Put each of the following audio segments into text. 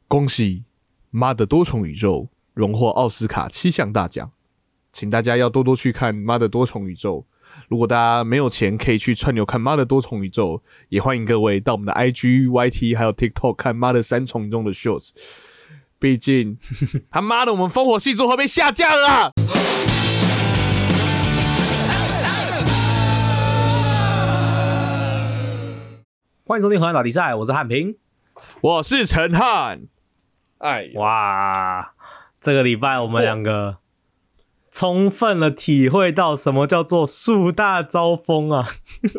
恭喜妈的多重宇宙荣获奥斯卡7项大奖，请大家要多多去看妈的多重宇宙。如果大家没有钱可以去串流看妈的多重宇宙，也欢迎各位到我们的 IG、YT 还有 TikTok 看妈的3重宇宙的 shorts。毕竟他妈的我们烽火戏诸侯被下架了啊！ 欢迎收听《荷兰打比赛》，我是汉平， 我是陈汉。哎， 哇，这个礼拜我们两个充分的体会到什么叫做树大招风啊！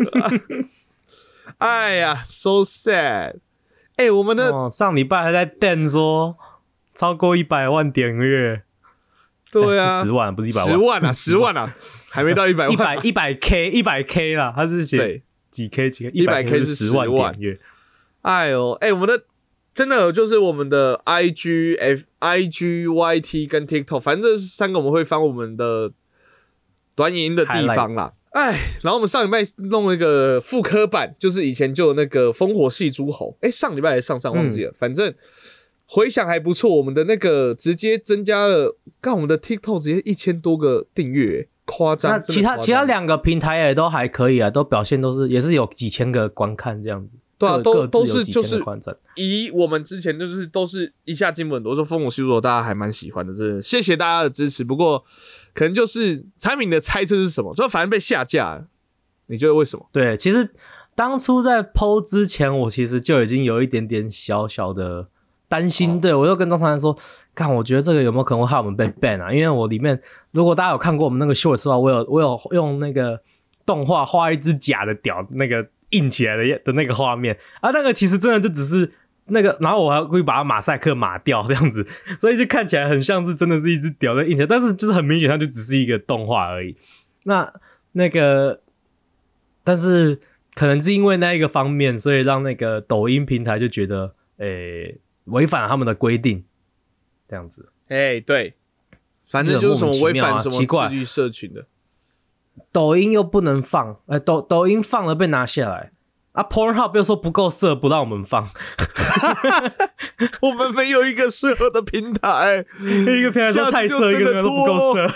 哎呀 ，so sad。哎，我们的、 上礼拜还在电说超过100万点阅， 对啊 ，10万不是100万 ，10万啊，10万啊，还没到100万 ，100K 啦，他是写几 K 100K 是10万点阅。 哎呦，哎，我们的真的就是我们的 IG、YT 跟 TikTok， 反正这3个我们会放我们的短影音的地方啦。哎，然后我们上礼拜弄了一个复刻版，就是以前就有那个烽火戏诸侯，哎，上礼拜还是上忘记了，反正回响还不错。我们的那个直接增加了，看我们的 TikTok 直接1000多个订阅，夸张。 那其他2个平台也都还可以啊，都表现也是有几千个观看这样子。 对啊，都是就是以我们之前就是都是一下进步很多，说烽火戏诸侯大家还蛮喜欢的，真的谢谢大家的支持。不过可能就是产品的猜测是什么，就反正被下架了，你觉得为什么？ 对，其实当初在 PO 之前，我其实就已经有一点点小小的担心，对，我就跟钟常说，看我觉得这个有没有可能会害我们被 ban 啊？因为我里面如果大家有看过我们那个 shorts 的话，我有用那个动画画一只假的屌，那个印起来的那个画面啊，那个其实真的就只是那个，然后我还会把它马赛克码掉这样子，所以就看起来很像是真的是一只屌在印起来，但是就是很明显它就只是一个动画而已。那个，但是可能是因为那一个方面，所以让那个抖音平台就觉得违反了他们的规定，这样子。 对，反正就是什么违反什么自律社群的。 抖音又不能放，抖音放了被拿下来啊 ！Pornhub 又说不够色，不让我们放。 我们没有一个适合的平台， 一个平台说太色，一个说不够色。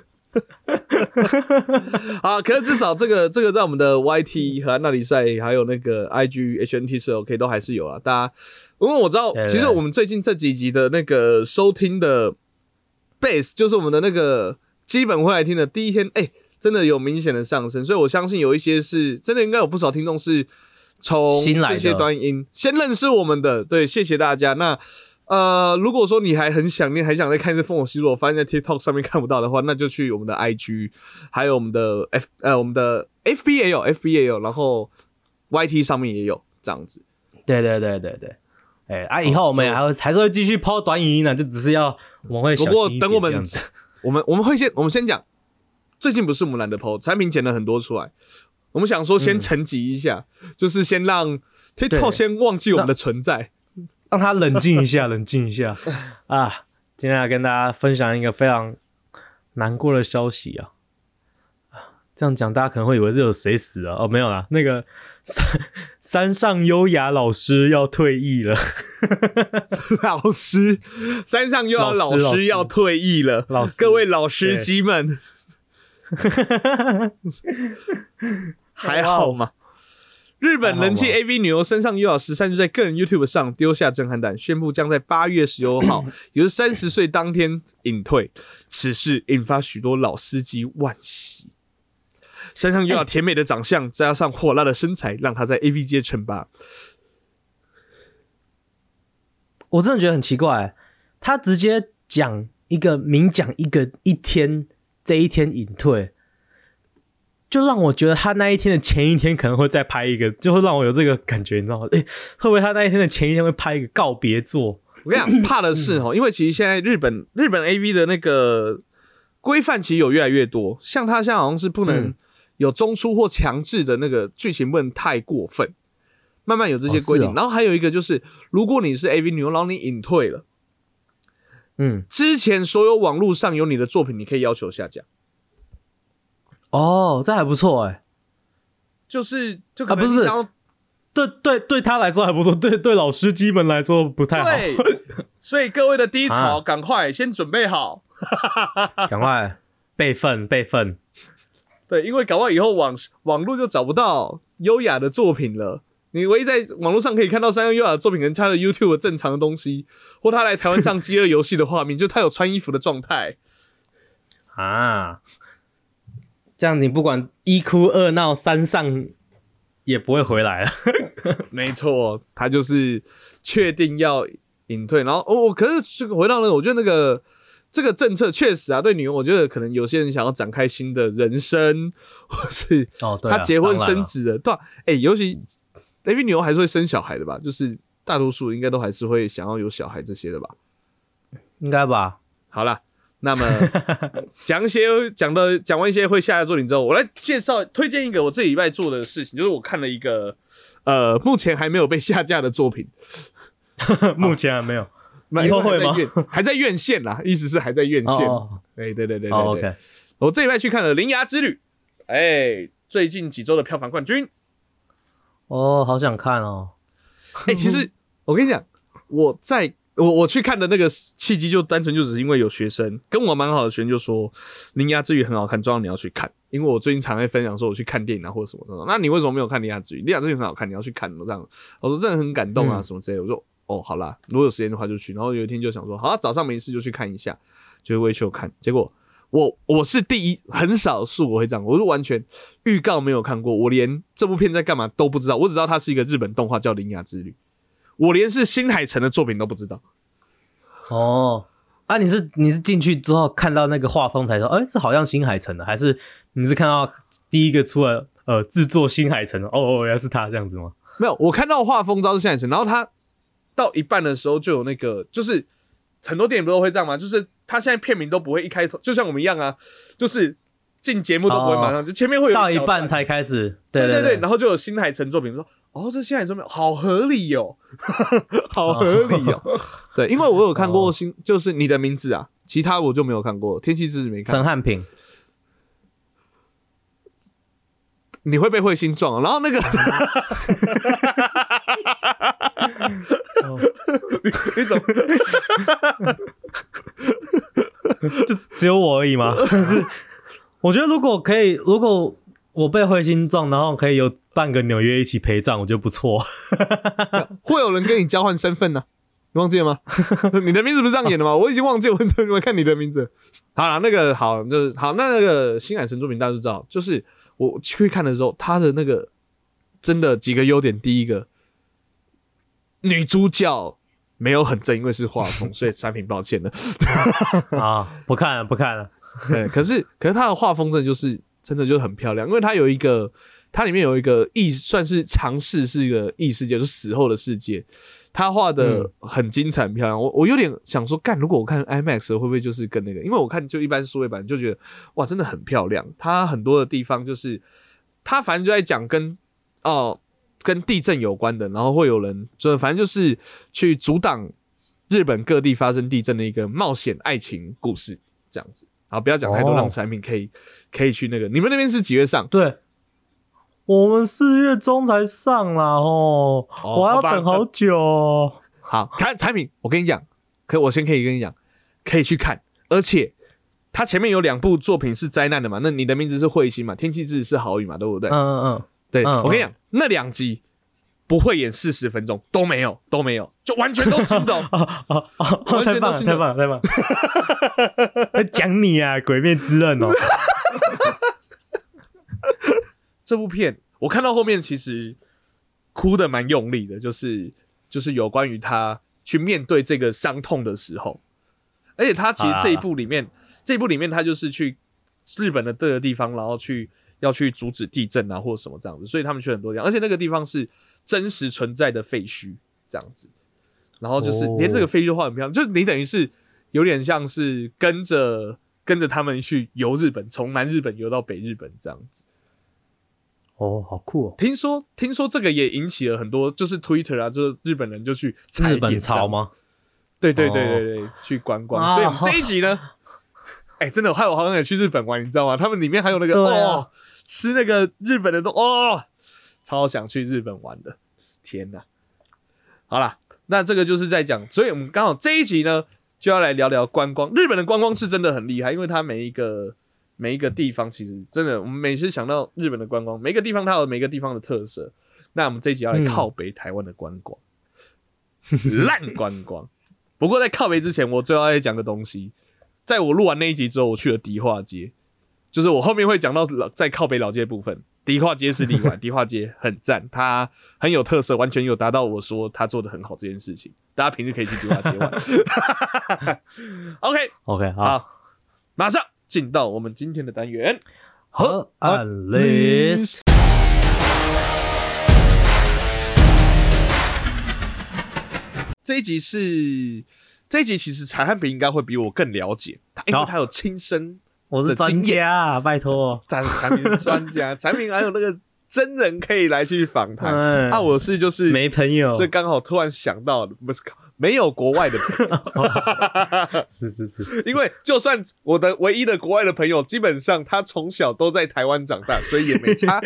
好，可是至少这个在我们的 YT 和那里赛，还有那个 IG、HNT、OK 都还是有啦。大家，因为我知道，其实我们最近这几集的那个收听的 base， 就是我们的那个基本会来听的第一天，真的有明显的上升，所以我相信有一些是真的，应该有不少听众是从这些短影音先认识我们的。对，谢谢大家。那如果说你还很想念，还想再看一次烽火戏诸侯，发现在 TikTok 上面看不到的话，那就去我们的 IG， 还有我们的我们的 FB 也有，然后 YT 上面也有这样子。 对。以后我们还是会继续抛短影音的，就只是要我们会小心一点。不过等我们先讲。最近不是我们懒得 po 产品剪了很多出来，我们想说先沉寂一下，就是先让 TikTok 先忘记我们的存在， 让他冷静一下啊！今天要跟大家分享一个非常难过的消息啊！这样讲大家可能会以为是有谁死了哦，没有啦，那个山上优雅老师要退役了。 山上优雅老师要退役了，各位老司机们。还好吗？日本人气 AV 女优山上优雅13日在个人 YouTube 上丢下震撼弹，宣布将在8月19号，也就是30岁当天隐退。此事引发许多老司机惋惜。山上优雅甜美的长相，加上火辣的身材，让她在 AV 界称霸。 我真的觉得很奇怪，他直接明讲一天。这一天隐退，就让我觉得他那一天的前一天可能会再拍一个，就会让我有这个感觉，你知道吗？会不会他那一天的前一天会拍一个告别作？ 我跟你讲，怕的是因为其实现在日本 AV 的那个规范其实有越来越多，像他现在好像是不能有中出或强制的那个剧情不能太过分，慢慢有这些规定。然后还有一个就是，如果你是 AV 女优，然后你隐退了。之前所有网络上有你的作品，你可以要求下架。 哦，这还不错就可能你想要， 对他来说还不错，对老司机们来说不太好。 对，所以各位的低潮，赶快先准备好， 赶快备份。 对，因为搞不好以后网络就找不到优雅的作品了。你唯一在网络上可以看到三样优雅的作品，跟他的 YouTube 的正常的东西，或他来台湾上饥饿游戏的画面，就他有穿衣服的状态啊。这样你不管一哭二闹三上也不会回来了。 没错，他就是确定要隐退。然后可是这个回到那个，我觉得那个这个政策确实啊，对女人，我觉得可能有些人想要展开新的人生，或是他结婚生子了，对啊，尤其AV 女优还是会生小孩的吧？就是大多数应该都还是会想要有小孩这些的吧？ 应该吧。 好啦，那么讲完一些会下的作品之后，我来推荐一个我这礼拜做的事情，就是我看了一个目前还没有被下架的作品。 目前还没有，以后会吗？ 还在院线啦，意思是还在院线。对。 OK， 我这礼拜去看了《铃芽之旅》，最近几周的票房冠军。 好想看哦。 其实我跟你讲，我去看的那个契机就单纯就只是因为有学生跟我蛮好的学生就说《铃芽之旅》很好看，重要你要去看。因为我最近常在分享说我去看电影啊或者什么，那你为什么没有看《铃芽之旅》？《铃芽之旅》很好看，你要去看。这样我说真的很感动啊什么之类的。我说好啦，如果有时间的话就去。然后有一天就想说，好，早上没事就去看一下，就微秀看。结果我是很少数我会这样，我是完全预告没有看过，我连这部片在干嘛都不知道，我只知道它是一个日本动画叫《铃芽之旅》，我连是新海诚的作品都不知道。 你是进去之后看到那个画风才说，这好像新海诚的，还是你是看到第一个出来制作新海诚的？原来是他这样子吗？ 没有，我看到画风知道是新海诚，然后他到一半的时候就有那个，就是很多电影不都会这样吗？就是他现在片名都不会一开头，就像我们一样啊，就是进节目都不会马上，就前面会有到一半才开始，对， 然后就有新海诚作品说，这新海诚作品好合理哦，好合理哦，对，因为我有看过就是你的名字啊，其他我就没有看过，天气之子没看， 陈汉平。 你会被彗星撞，然后那个你怎么就只有我而已吗？但是我觉得如果我被彗星撞，然后可以有半个纽约一起陪葬，我觉得不错。 会有人跟你交换身份呢？你忘记了吗？你的名字不是这样演的吗？我已经忘记，我没看你的名字。好啦，那个好，就是好，那个新海诚作品大家都知道，就是我去看的时候，他的那个真的几个优点，第一个，女主角没有很正，因为是画风，所以产品抱歉了。 不看了。 对，可是他的画风真的就是很漂亮，因为它里面有一个算是尝试是一个异世界，就是死后的世界。他画的很精彩很漂亮，我有点想说，如果我看 IMAX 会不会就是跟那个？因为我看就一般数位版就觉得哇，真的很漂亮。它很多的地方就是它反正就在讲跟地震有关的，然后会有人反正就是去阻挡日本各地发生地震的一个冒险爱情故事这样子。好，不要讲太多，让产品可以去那个。你们那边是几月上？ 对。我们4月中才上啦我还要等好久哦。 好，产品我跟你讲，我先可以跟你讲，可以去看，而且它前面有2部作品是灾难的嘛，那你的名字是彗星嘛，天气之子是好雨嘛，对不对？对，我跟你讲，那2集不会演40分钟，都没有，就完全都新的完全都新的， 太棒了！在讲你啊，鬼灭之刃哦。 这部片我看到后面其实哭得蛮用力的，就是有关于他去面对这个伤痛的时候，而且他其实这一部里面他就是去日本的这个地方，然后要去阻止地震啊或者什么这样子，所以他们去很多地方，而且那个地方是真实存在的废墟这样子，然后就是连这个废墟画很漂亮，就是你等于是有点像是跟着他们去游日本，从南日本游到北日本这样子。 好酷哦！ 听说这个也引起了很多，就是 Twitter 啊，就是日本人就去日本潮吗？ 对，去观光。所以我们这一集呢，真的害我好像也去日本玩，你知道吗？他们里面还有那个吃那个日本的超想去日本玩的。 天哪！好啦，那这个就是在讲，所以我们刚好这一集呢，就要来聊聊观光。日本的观光是真的很厉害，因为它每一个地方其实真的，我们每次想到日本的观光，每个地方它有每个地方的特色。那我们这一集要来靠北台湾的观光，烂观光。不过在靠北之前，我最后要讲个东西。在我录完那一集之后，我去了迪化街，就是我后面会讲到在靠北老街的部分。迪化街是例外，迪化街很赞，它很有特色，完全有达到我说它做的很好这件事情。大家平日可以去迪化街玩。OK， 好，马上进到我们今天的单元河岸 list。 这一集其实柴汉平应该会比我更了解，因为他有亲身。 我是专家啊，拜托。 产品专家，产品还有那个真人可以来去访谈。我是就是没朋友， 这刚好突然想到，不是没有国外的朋友。 是， 因为就算我的唯一的国外的朋友，基本上他从小都在台湾长大，所以也没差。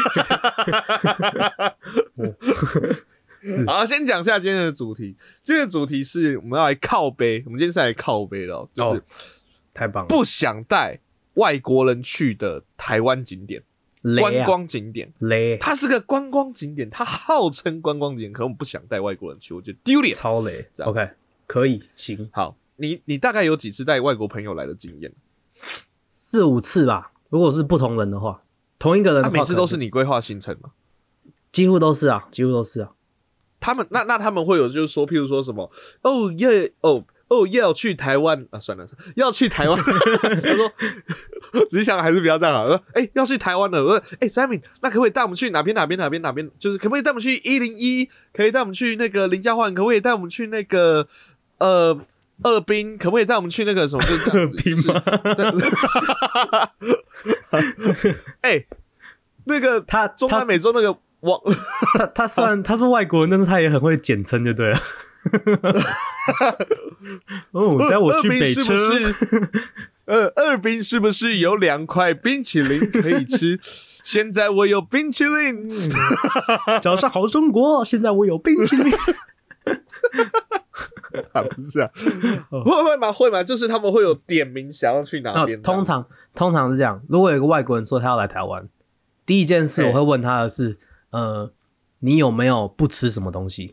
好，先讲一下今天的主题。今天的主题是我们要来靠北，我们今天是来靠北的就是太棒了， 不想带外国人去的台湾景点，观光景点，它是个观光景点，它号称观光景点，可我们不想带外国人去，我觉得丢脸， 超雷。OK， 可以，行。 好，你大概有几次带外国朋友来的经验 ？4、5次吧。如果是不同人的话，同一个人的话， 每次都是你规划行程吗？ 几乎都是啊。 他们那他们会有就是说，譬如说什么要去台湾啊，算了，要去台湾。他说，只是想还是不要这样好。说，要去台湾了。我说，Sammy， 那可不可以带我们去哪边？就是可不可以带我们去101？可以带我们去那个林家焕？可不可以带我们去那个二滨？可不可以带我们去那个什么？就是这样子。 二滨吗？ 那个他中南美洲那个。 他虽然他是外国人，但是他也很会简称，就对了。带我去北车。二滨是不是有2块冰淇淋可以吃？现在我有冰淇淋。 早上好中国，现在我有冰淇淋。 不是啊，会吗？就是他们会有点名想要去哪边。 通常是这样，如果有一个外国人说他要来台湾，第一件事我会问他的是。你有没有不吃什么东西？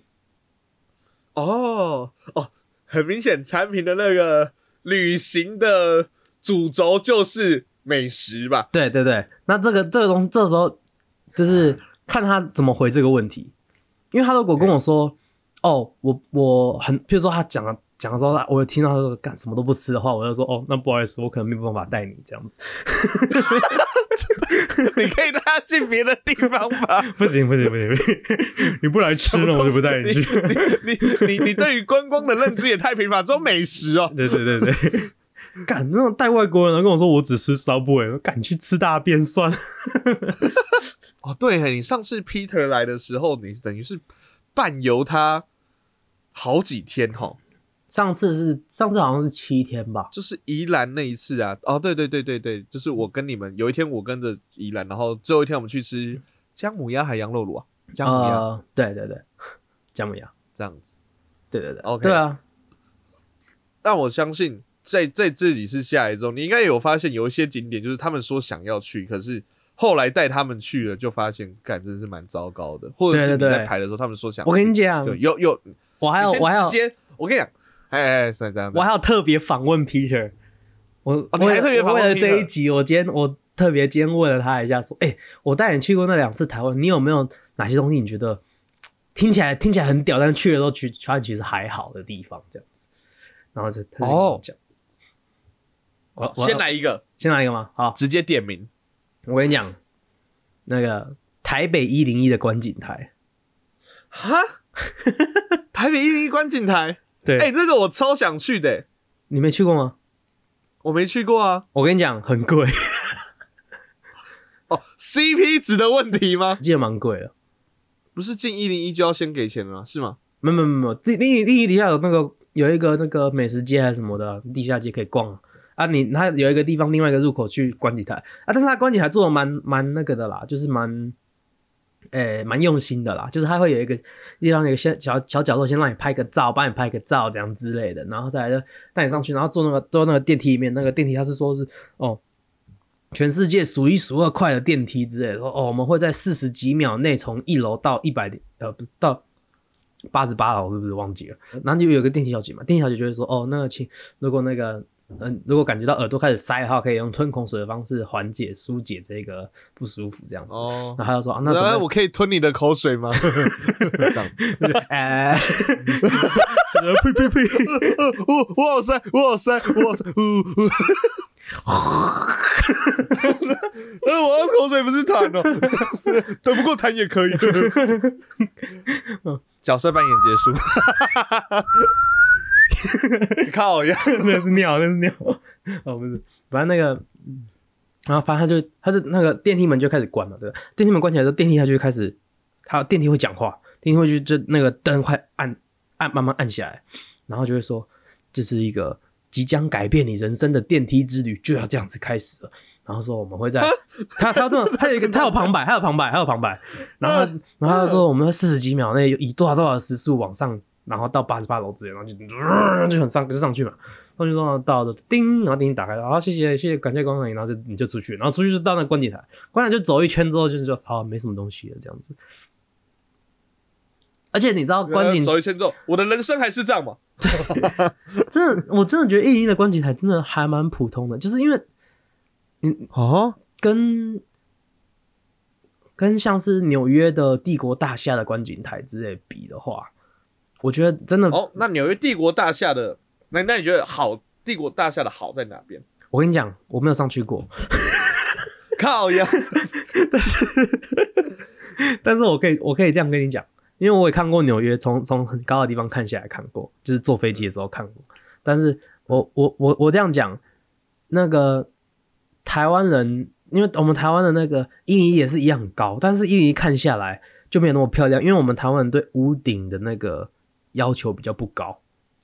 很明显，产品的那个旅行的主轴就是美食吧？ 对，那这个东西，这时候就是看他怎么回这个问题。因为他如果跟我说，我很，譬如说他讲的时候，我有听到他说干什么都不吃的话，我就说那不好意思，我可能没有办法带你这样子。 你可以带他去别的地方吧？ 不行，你不来吃了，我就不带你去。 你对于观光的认知也太贫乏，只有美食哦。 对。干那种带外国人跟我说我只吃 Subway， 干你去吃大便算了。 对，你上次 Peter 来的时候，你等于是伴游他好几天齁。 上次好像是7天吧， 就是宜兰那一次啊。对，就是我跟你们有一天我跟着宜兰，然后最后一天我们去吃姜母鸭还羊肉卤啊？姜母鸭， 对，姜母鸭这样子， 对 ，OK， 对啊。 但我相信在这几次下来之后，你应该有发现有一些景点，就是他们说想要去，可是后来带他们去了，就发现干真的是蛮糟糕的，或者是你在排的时候，他们说想去， 我跟你讲， 有， 我还有直接，我跟你讲。是这样的。 我还有特别访问 Peter， 你还特别访问 Peter？ 为了这一集，我特别今天问了他一下，说，我带你去过那2次台湾，你有没有哪些东西你觉得听起来很屌，但是去了之后发现其实还好的地方，这样子。然后他就讲， 先来一个吗？好， 直接点名。 我跟你讲，那个台北101的观景台， 台北101观景台。 对， 那个我超想去的。 你没去过吗？ 我没去过啊。 我跟你讲，很贵。 CP 值的问题吗？ 记得蛮贵的。 不是进101就要先给钱了吗？是吗？ 没有，底下有一个那个美食街还是什么的，地下街可以逛啊。它有一个地方，另外一个入口去观景台啊，但是它观景台做的蛮那个的啦，就是蛮蛮用心的啦，就是它会有一个地方有一个小角落，先让你拍个照，帮你拍个照这样之类的，然后再来就带你上去，然后坐那个电梯里面，那个电梯它是说是全世界数一数二快的电梯之类的，说我们会在40几秒内从1楼到不是到88楼，是不是忘记了？然后就有个电梯小姐嘛，电梯小姐就会说那个如果感觉到耳朵开始塞的话，可以用吞口水的方式疏解这个不舒服这样子。然后他就说那我可以吞你的口水吗？这样， 呸！ 我好塞！我的口水不是痰哦，对，不过痰也可以。角色扮演结束。靠呀， 那是尿不是，反正那个，然后反正他就那个电梯门就开始关嘛，对吧？电梯门关起来之后，电梯它就会开始，电梯会讲话，电梯会就那个灯快慢慢按下来，然后就会说这是一个即将改变你人生的电梯之旅，就要这样子开始了。然后说我们会在他有旁白，然后他说我们在40几秒内以多少的时速往上。然后到88楼之类，然后就上去嘛，上去之后到了叮，然后叮打开，好谢谢感谢光临，然后你就出去，然后出去就到那个观景台，观景台就走一圈之后就没什么东西了这样子。而且你知道观景走一圈之后，我的人生还是这样嘛？ 我真的觉得101的观景台真的还蛮普通的，就是因为跟像是纽约的帝国大厦的观景台之类比的话。我觉得真的那纽约帝国大厦的，那你觉得好？帝国大厦的好在哪边？ 我跟你讲，我没有上去过， 靠呀！ 但是我可以这样跟你讲，因为我也看过纽约从很高的地方看下来看过，就是坐飞机的时候看过。但是我这样讲，那个台湾人，因为我们台湾的那个101也是一样很高，但是101看下来就没有那么漂亮，因为我们台湾人对屋顶的那个要求比较不高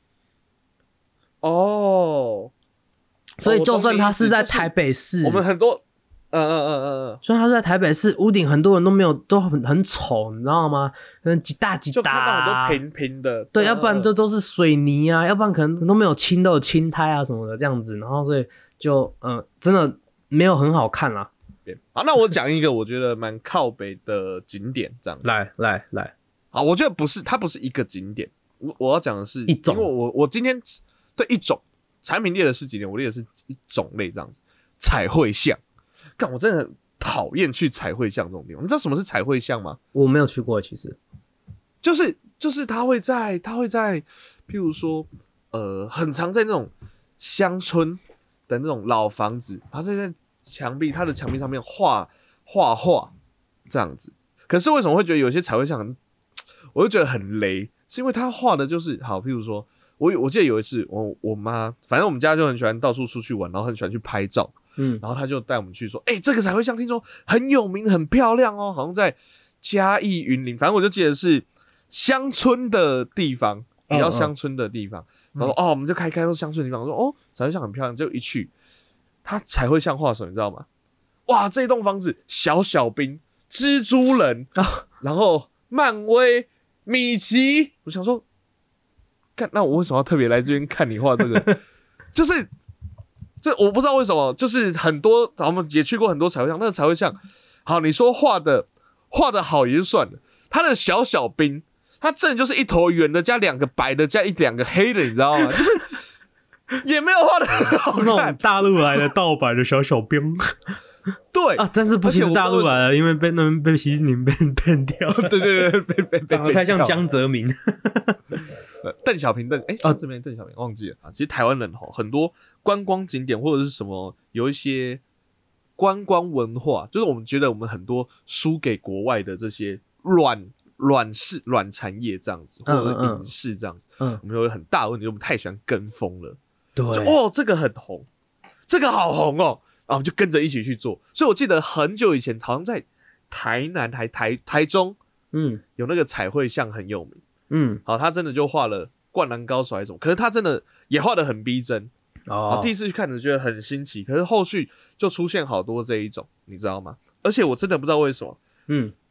所以就算他是在台北市， 我们很多虽然他是在台北市，屋顶很多人都很丑，你知道吗？可能几大就看到很多平的， 对，要不然都是水泥啊，要不然可能都没有都有青苔啊什么的这样子，然后所以就真的没有很好看啦。 好，那我讲一个我觉得蛮靠北的景点，这样子。 来， 好，我觉得它不是一个景点，我要讲的是一种， 因为我今天对一种产品列的是景点，我列的是一种类这样子，彩绘巷。干，我真的很讨厌去彩绘巷这种地方。你知道什么是彩绘巷吗？ 我没有去过，其实就是它会在，譬如说很常在那种乡村的那种老房子，然后在它的墙壁上面画这样子。可是为什么会觉得有些彩绘巷我就觉得很雷？是因为他画的就是好，譬如说我记得有一次我妈，反正我们家就很喜欢到处出去玩，然后很喜欢去拍照，然后他就带我们去说，这个彩绘巷听说很有名很漂亮哦，好像在嘉义云林，反正我就记得是乡村的地方，比较乡村的地方。然后我们就开到乡村的地方，说彩绘巷很漂亮，结果一去，他彩绘巷画什么你知道吗？哇，这栋房子小兵、蜘蛛人，然后漫威、米奇，我想说，那我为什么要特别来这边看你画这个？就是这我不知道为什么，就是很多我们也去过很多彩绘巷，那个彩绘巷，好，你说画的好也就算了，他的小兵，他真的就是一头圆的加2个白的加2个黑的，你知道吗？就是也没有画的很好看， 是那种大陆来的盗版的小兵。 对啊，但是不是大陆来的，因为被习近平骗掉。 对，被长得太像江泽民。 邓小平这边邓小平忘记了啊。其实台湾人很多观光景点或者是什么，有一些观光文化，就是我们觉得我们很多输给国外的这些软产业这样子，或者影视这样子，我们有很大的问题，我们太喜欢跟风了。 对， 这个很红，这个好红哦。然后我们就跟着一起去做，所以我记得很久以前，好像在台南还台中，有那个彩绘巷很有名，好，他真的就画了《灌篮高手》还是什么，可是他真的也画得很逼真，第一次去看着觉得很新奇，可是后续就出现好多这一种，你知道吗？而且我真的不知道为什么，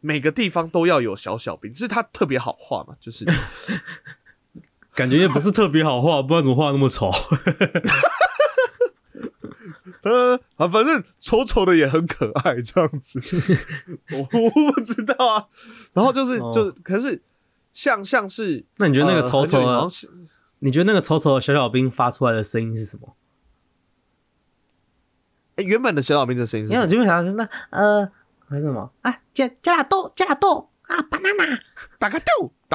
每个地方都要有小小兵，是他特别好画嘛，就是感觉也不是特别好画，不知道怎么画那么丑。 反正丑丑的也很可爱，这样子。我不知道啊。然后就是，可是像是， 那你觉得那个丑丑的，你觉得那个丑丑的小小兵发出来的声音是什么？ 原本的小小兵的声音是什么？ 原本小小兵是那还是什么啊？加拉豆啊 ，banana， 打个豆，打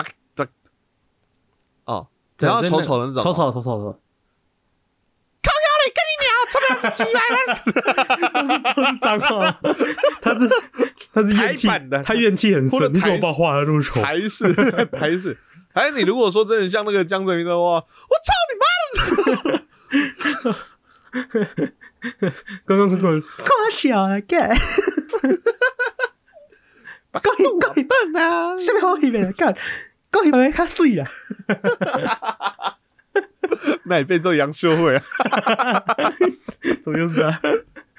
哦，然后丑丑的那种， 丑丑的。 跟你聊，臭不要鸡掰都是脏话，他是怨气的， 他怨气很深。你怎么把画的那么丑？ 台式，还是你如果说真的像那个江泽民的话，我操你妈的！ 光小啊，干！ 讲笨啊！ 什么好戏咩？干，讲戏咩？较水啦！ 那你变做杨秀慧啊？ 怎么又是他？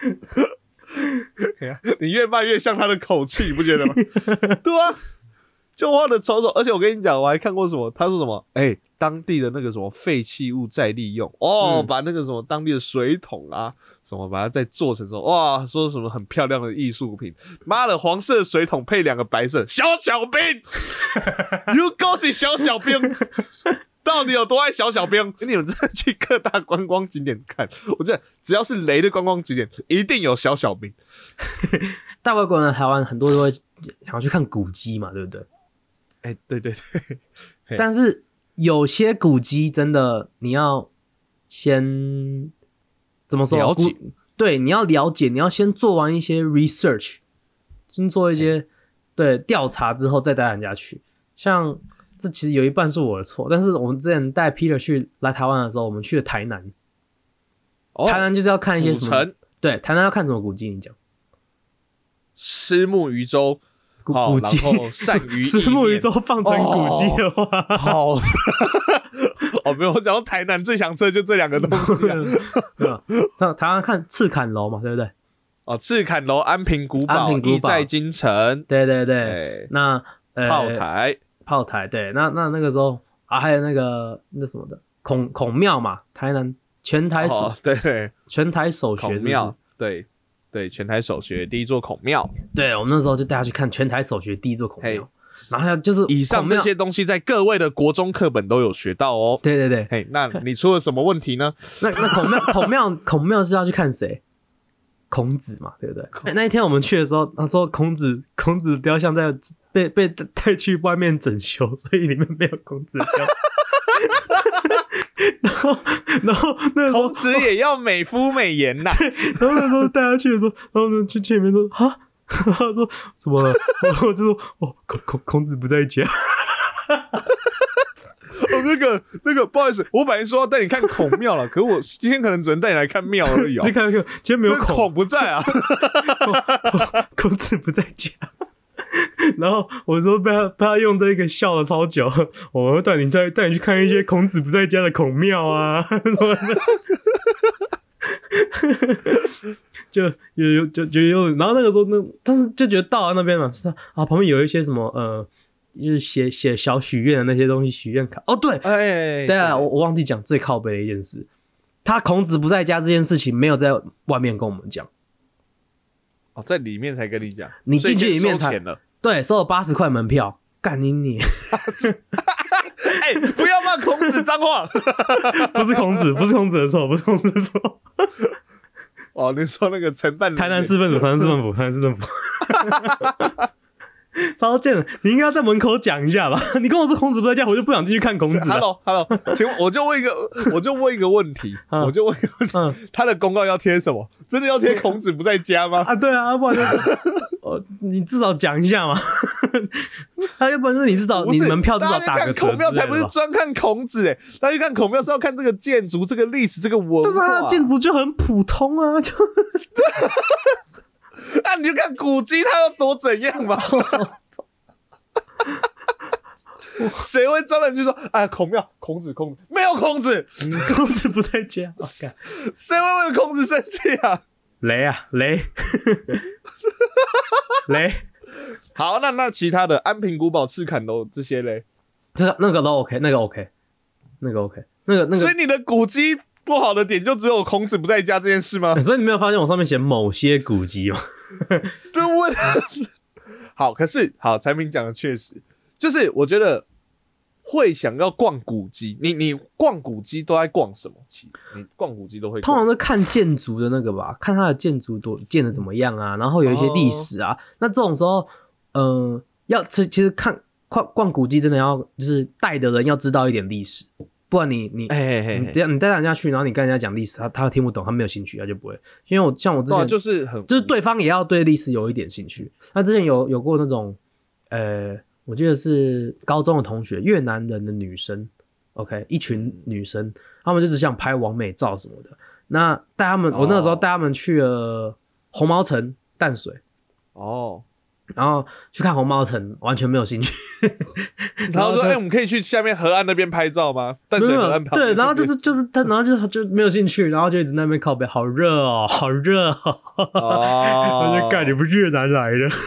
你越骂越像他的口气，你不觉得吗？对啊，就画的丑丑，而且我跟你讲，我还看过什么？他说什么？当地的那个什么废弃物再利用把那个什么当地的水桶啊，什么把它再做成说哇，说什么很漂亮的艺术品。妈的，黄色的水桶配2个白色小小兵，又高起小小兵。到底有多爱小小兵？你们真的去各大观光景点看，我觉得只要是雷的观光景点，一定有小小兵。 大外国人台湾很多都会想要去看古迹嘛，对不对？ 对。 但是有些古迹真的你要先怎么说？ 了解， 对，你要了解，你要先做完一些 research， 先做一些调查之后再带人家去。像这其实有一半是我的错，但是我们之前带 Peter 来台湾的时候，我们去了台南。台南就是要看一些什么？对，台南要看什么古迹？你讲。 虱目鱼粥。 古迹， 然后鳝鱼意面， 虱目鱼粥放成古迹的话， 好，没有，我讲到台南最想吃的就这2个东西啊。台湾看赤坎楼嘛，对不对？ 赤坎楼、安平古堡、意在京城， 对。那炮台， 对，那个时候还有那什么的孔庙嘛，台南全台首学庙，对，全台首学第一座孔庙。 对，我们那时候就带他去看全台首学第一座孔庙。然后就是以上这些东西在各位的国中课本都有学到哦。 对。 那你出了什么问题呢？ 那孔庙是要去看谁？孔子嘛，对不对？那一天我们去的时候，他说孔子雕像在被带去外面整修，所以里面没有孔子雕。然后那个孔子也要美肤美颜呐。 然后那时候带他去的时候，然后去里面说哈，他说什么？然后就说孔子不在家。 那个，不好意思，我本来说要带你看孔庙了，可是我今天可能只能带你来看庙而已今天没有孔不在啊。 孔子不在家。然后我说被他用这个笑了超久，我会带你去看一些孔子不在家的孔庙啊，就然后那个时候但是就觉得到了那边嘛，就是旁边有一些什么就是写小许愿的那些东西，许愿卡。对，对啊，我忘记讲最靠北的一件事，他孔子不在家这件事情没有在外面跟我们讲。 在里面才跟你讲， 你进去里面才收钱了， 对，收了80块门票，干你！ 不要骂孔子脏话， 不是孔子的错， 你说那个承办台南市政府，超贱的，你应该要在门口讲一下吧？你跟我说孔子不在家，我就不想进去看孔子。 Hello， 请我就问一个问题，他的公告要贴什么？真的要贴孔子不在家吗？ 对啊，不然你至少讲一下嘛。要不然就是你至少你门票至少打个折。 孔庙才不是专看孔子大家去看孔庙是要看这个建筑、这个历史、这个文化。 但是它的建筑就很普通啊，就。 那你就看古迹它有多怎样嘛？谁会专门去说孔庙孔子没有孔子， 孔子不在家， 谁会为了孔子生气啊？ 雷， 好，那其他的安平古堡、赤坎楼这些嘞， 那个都 OK， 那个 OK， 那个 OK， 那个。 所以你的古迹不好的点就只有孔子不在家这件事吗？ 所以你没有发现我上面写某些古迹吗？ 对，好，可是好，柴明讲的确实就是，我觉得会想要逛古迹，你逛古迹都在逛什么？你逛古迹都会逛， 通常是看建筑的那个吧，看它的建筑建的怎么样啊，然后有一些历史啊。那这种时候，其实逛古迹真的要就是带的人要知道一点历史，不然你带人家去，然后你跟人家讲历史，他听不懂，他没有兴趣，他就不会。因为像我之前就是对方也要对历史有一点兴趣。那之前有过那种我记得是高中的同学，越南人的女生 ，OK， 一群女生，她们就只想拍网美照什么的。那我那个时候带他们去了红毛城、淡水，然后去看红毛城，完全没有兴趣。 然后说：“我们可以去下面河岸那边拍照吗？”淡水河岸旁边。 对，然后他，然后就没有兴趣，然后就一直在那边靠北，好热哦，好热哦。我就干，你不是越南来的？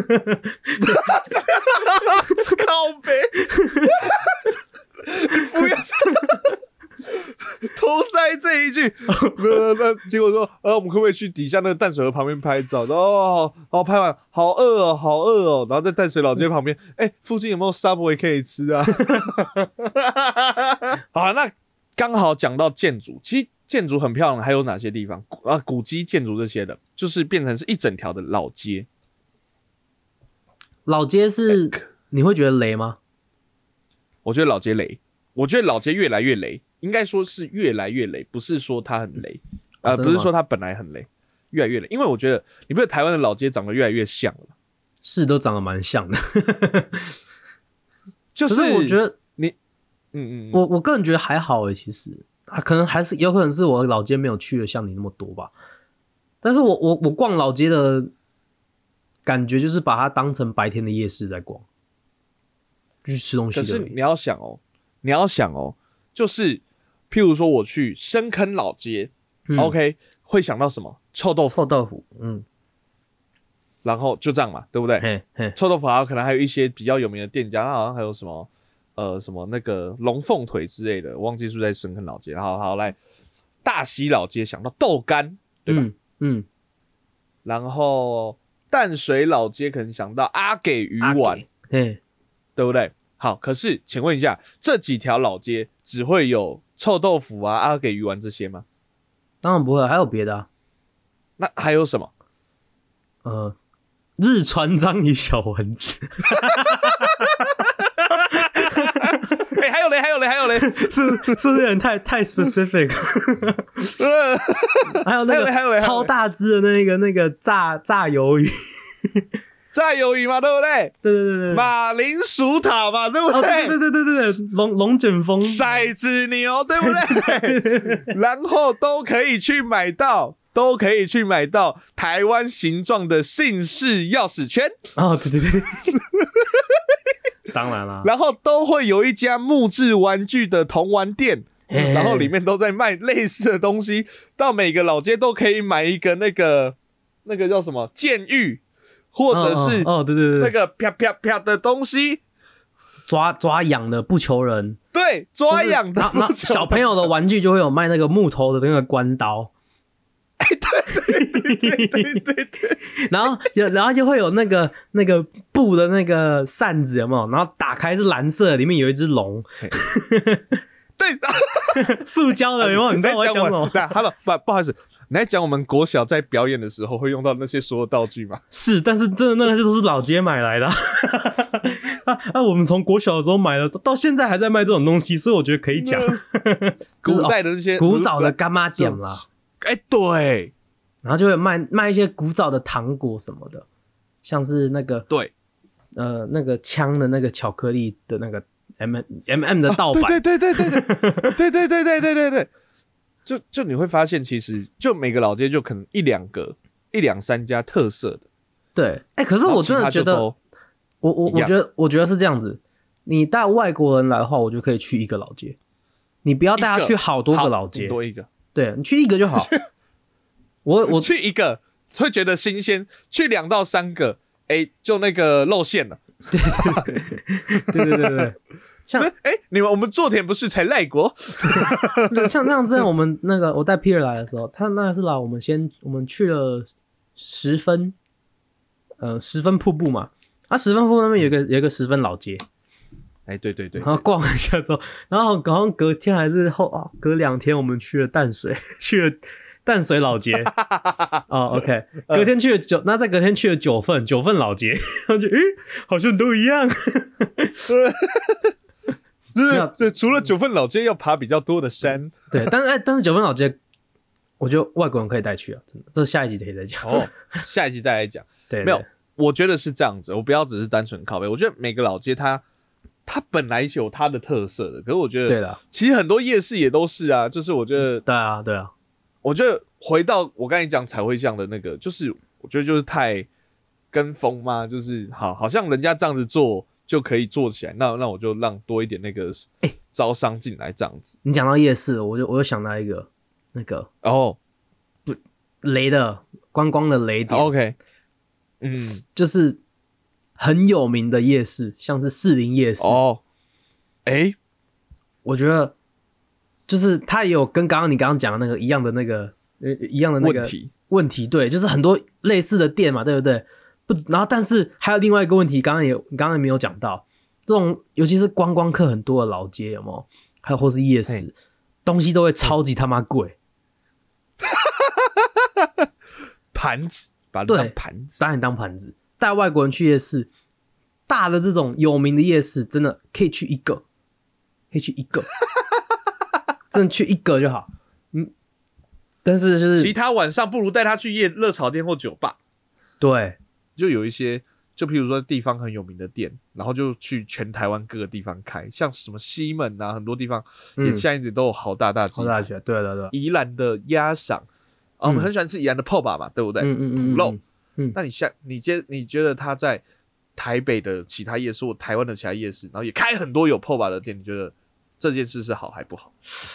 靠北，不要偷塞这一句。那结果说，我们可不可以去底下那个淡水河旁边拍照？然后拍完，好饿哦，好饿哦。然后在淡水老街旁边，附近有没有 Subway 可以吃啊？好，那刚好讲到建筑，其实建筑很漂亮，还有哪些地方啊？古迹建筑这些的，就是变成是一整条的老街。 老街是你会觉得雷吗？ 我觉得老街雷，我觉得老街越来越雷。应该说是越来越雷，不是说它很雷，不是说它本来很雷，越来越雷。因为我觉得，你不觉得台湾的老街长得越来越像了吗？ 是，都长得蛮像的。 就是可是我觉得你， 我个人觉得还好其实可能还是有可能是我老街没有去的像你那么多吧。但是我逛老街的感觉就是把它当成白天的夜市在逛，就去吃东西的。 可是你要想哦，就是譬如说我去深坑老街，OK， 会想到什么？臭豆腐，然后就这样嘛，对不对？臭豆腐可能还有一些比较有名的店家，好像还有什么什么那个龙凤腿之类的，忘记是不是在深坑老街。好来，大溪老街想到豆干，对吧？然后淡水老街可能想到阿给鱼丸，对不对？好，可是请问一下，这几条老街只会有臭豆腐啊、阿给鱼丸这些吗？ 当然不会，还有别的啊。 那还有什么？ 日川章鱼小丸子。 还有嘞， 是不是有点太 specific？ 还有那个超大只的那个炸鱿鱼。 炸鱿鱼嘛，对不对？ 对， 马铃薯塔嘛，对不对？ 对，龙卷风， 骰子牛，对不对？然后都可以去买到台湾形状的姓氏钥匙圈。 对，当然啦。 然后都会有一家木质玩具的童玩店，然后里面都在卖类似的东西，到每个老街都可以买一个那个叫什么剑玉。或者是对， 那个啪啪啪的东西， 抓痒的不求人， 对，抓痒的。 然后小朋友的玩具就会有卖那个木头的那个关刀， 对， 然后就会有那个布的那个扇子，有没有？然后打开是蓝色的，里面有一只龙， 对， 塑胶的，有没有？你知道我在讲什么 ？Hello， 不好意思。你在讲我们国小在表演的时候会用到那些所有道具吗？ 是，但是真的那些都是老街买来的。我们从国小的时候买的，到现在还在卖这种东西，所以我觉得可以讲。 古代的那些古早的干妈店啦， 对， 然后就会卖一些古早的糖果什么的，像是那个对， 那个枪的那个巧克力的那个 M 的盗版， 对。就你会发现，其实就每个老街就可能一两三家特色的。 对，可是我真的觉得，我觉得是这样子。你带外国人来的话，我就可以去一个老街，你不要带他去好多个老街， 多一个， 对，你去一个就好。我去一个会觉得新鲜，去2到3个就那个露馅了。 对，像我们做田不是才赖过？ 像这样子，我们那个我带 Peter 来的时候，他那是来我们去了10分瀑布嘛，10分瀑布那边有一个10分老街。 对， 然后逛了一下之后，然后好像隔天还是隔2天，我们去了淡水老街。OK， 隔天去了那再隔天去了九份老街，然后就好像都一样。 对，除了九份老街要爬比较多的山。 对，但是九份老街，我觉得外国人可以带去啊，真的，这下一集可以再讲。 下一集再来讲。 对， 没有，我觉得是这样子，我不要只是单纯靠背，我觉得每个老街它本来有它的特色的，可是我觉得， 对的， 其实很多夜市也都是啊，就是我觉得， 对啊， 我觉得回到我刚才讲彩绘巷的那个，就是我觉得就是太跟风嘛，就是好像人家这样子做就可以做起来，那我就让多一点那个招商进来这样子。 你讲到夜市，我就想到一个那个雷的观光的雷点。 OK， 就是很有名的夜市，像是士林夜市。我觉得就是它也有跟你刚刚讲的那个一样的那个问题，对，就是很多类似的店嘛，对不对？然后但是还有另外一个问题，刚刚也没有讲到，这种尤其是观光客很多的老街，有没有？还有或是夜市，东西都会超级他妈贵。 盘子，把你当盘子， 把你当盘子。带外国人去夜市，大的这种有名的夜市，真的可以去一个，真的去一个就好。但是就是其他晚上不如带他去热炒店或酒吧。对，就有一些，就譬如说地方很有名的店，然后就去全台湾各个地方开，像什么西门啊，很多地方也现在一直都有好大鸡排， 对， 宜兰的鸭赏。我们很喜欢吃宜兰的泡吧嘛，对不对？脯肉。那你觉得他在台北的其他夜市或台湾的其他夜市，然后也开很多有泡吧的店，你觉得这件事是好还不好？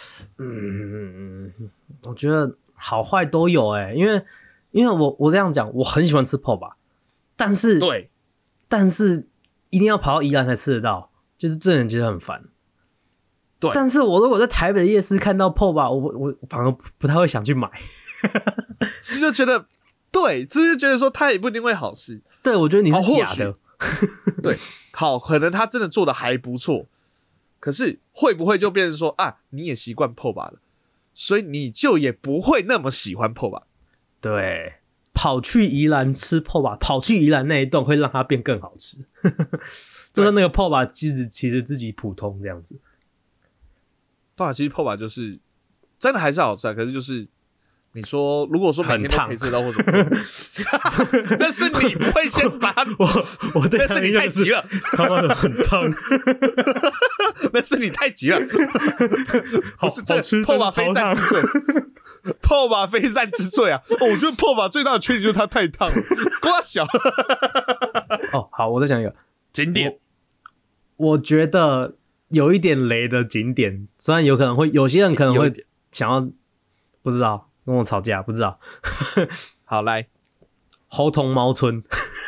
我觉得好坏都有因为我这样讲，我很喜欢吃泡吧，但是一定要跑到宜兰才吃得到，就是这人觉得很烦。对，但是我如果在台北的夜市看到泡吧，我反而不太会想去买。 是就觉得对，就是觉得说他也不一定会好吃。 对，我觉得你是假的。 对，好，可能他真的做的还不错，可是会不会就变成说你也习惯泡吧了，所以你就也不会那么喜欢泡吧？ 对，跑去宜兰吃泡吧，跑去宜兰那一栋会让它变更好吃。就是那个泡吧其实自己普通这样子。 其实泡吧就是真的还是好吃可是就是你说如果说每天都可以吃到或什么那是你不会先把我对那是你太急了， 他妈的很烫。 那是你太急了。不是这个泡吧非战之罪，泡吧非战之罪啊！我觉得泡吧最大的缺点就是它太烫了，瓜小。 好，我再讲一个景点， 我觉得有一点雷的景点，虽然有可能会有些人可能会想要不知道跟我吵架，不知道。 好来， 猴硐猫村。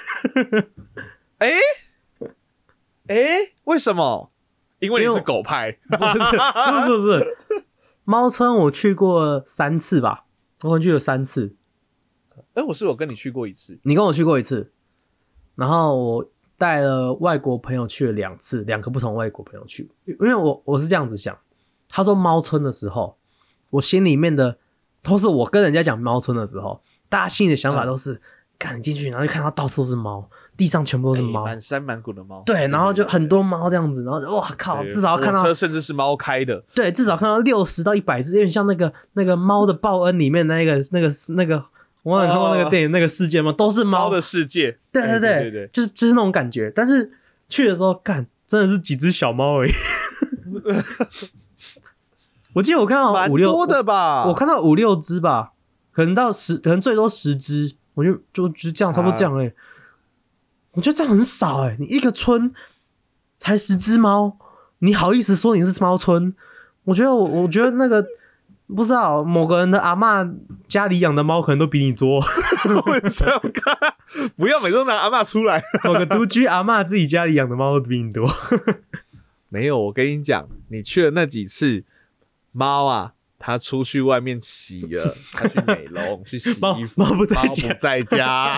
为什么？因为你是狗派。 不是，猫村我去过3次吧，我去了3次。 我是有跟你去过1次， 你跟我去过1次，然后我带了外国朋友去了2次，2个不同外国朋友去，因为我是这样子想，他说猫村的时候，我心里面的都是我跟人家讲猫村的时候，大家心里的想法都是，看你进去，然后就看到到处都是猫，地上全部都是猫， 满山满谷的猫， 对，然后就很多猫这样子，然后就哇靠，至少要看到， 车甚至是猫开的， 对，至少看到60到100只，有点像那个猫的报恩里面那个，我有看过那个电影那个世界吗？都是猫的世界， 对，就是那种感觉。但是去的时候，干真的是几只小猫而已。我记得我看到5、6 多的吧， 我看到5、6只吧，可能最多10只，我就这样，差不多这样我觉得这样很少你一个村才10只猫，你好意思说你是猫村？我觉得那个。不知道某个人的阿嬷家里养的猫可能都比你多。 不要每次都拿阿嬷出来。 某个独居阿嬷自己家里养的猫都比你多。 没有，我跟你讲，你去了那几次，猫啊，它出去外面洗了，它去美容去洗衣服， 猫不在家， 猫不在家。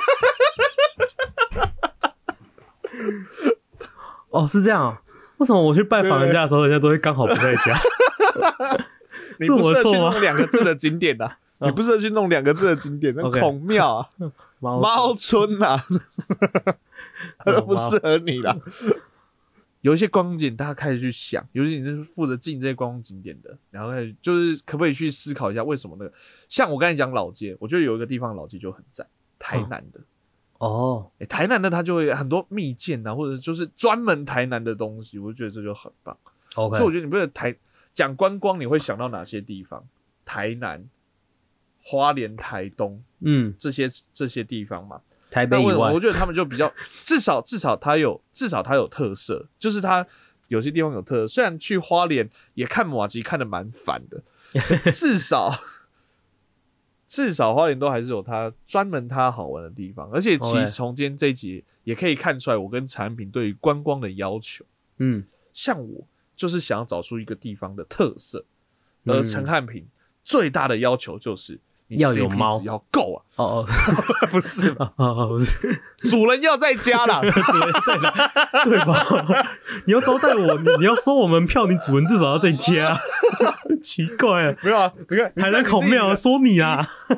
哦，是这样哦。为什么我去拜访人家的时候，人家都会刚好不在家？ 你不适合去弄2个字的景点啊！你不适合去弄2个字的景点，那孔庙啊，猫村啊，都不适合你啦。有一些观光景点，大家开始去想，尤其你是负责进这些观光景点的，然后就是可不可以去思考一下，为什么那个像我刚才讲老街，我觉得有一个地方老街就很赞，台南的。 哦， 台南的它就会很多蜜饯啊，或者就是专门台南的东西，我就觉得这就很棒。 OK， 所以我觉得你不是讲观光，你会想到哪些地方？台南、花莲、台东，这些地方嘛。 台北以外， 我觉得他们就比较至少它有特色，就是它有些地方有特色。虽然去花莲也看麻糬看得蛮烦的，至少花莲都还是有它专门它好玩的地方。而且其实从今天这一集也可以看出来，我跟产品对于观光的要求。像我就是想要找出一个地方的特色，而陈汉平最大的要求就是你要有猫， 要够啊！不是不是， 主人要在家啦， 对吧？你要招待我，你要收我门票，你主人至少要在家。奇怪啊， 没有啊，你看台南孔庙说你啊，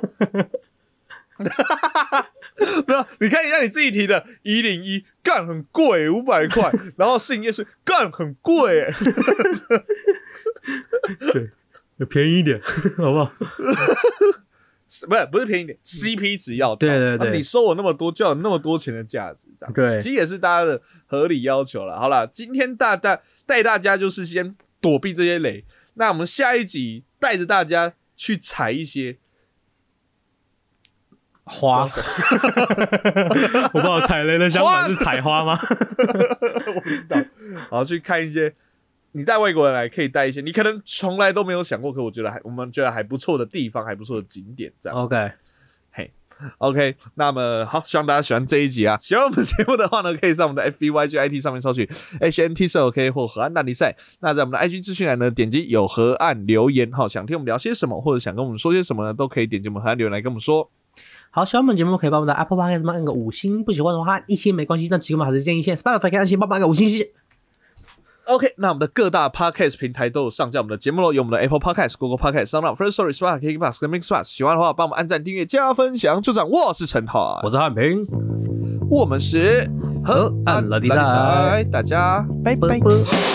没有，你看一下你自己提的101，干很贵，500块，然后市营业是干很贵， 对，便宜一点，好不好？ 不是便宜一点 ，CP 值要高。 对， 你收我那么多，就有那么多钱的价值，这样对， 其实也是大家的合理要求了。好啦，今天带大家就是先躲避这些雷，那我们下一集带着大家去采一些花。我不知道采雷的相反是采花吗？ 我不知道。好，去看一些。你带外国人来可以带一些你可能从来都没有想过，可我们觉得还不错的地方，还不错的景点，这样。OK， 那么好，希望大家喜欢这一集啊！喜欢我们节目的话呢，可以上我们的 FBYGIT 上面搜取 HNT 或河岸大比赛。那在我们的 IG 资讯栏呢，点击有河岸留言，想听我们聊些什么，或者想跟我们说些什么呢，都可以点击我们河岸留言来跟我们说。 好，喜欢我们节目可以帮我们的 Apple Podcast 按个5星，不喜欢的话1星没关系，但提供我们还是建议线 Spotify 可以按星帮忙按个5星，谢谢。 OK， 那我们的各大 Podcast 平台都有上架我们的节目咯，有我们的 Apple Podcast、Google Podcast、SoundCloud、Firstory、Spotify、KKBOX 跟 Mixbox。喜欢的话，帮我们按赞、订阅、加分享。就这样，我是陈浩， 我是汉平， 我们是河岸拉力赛， 大家拜拜。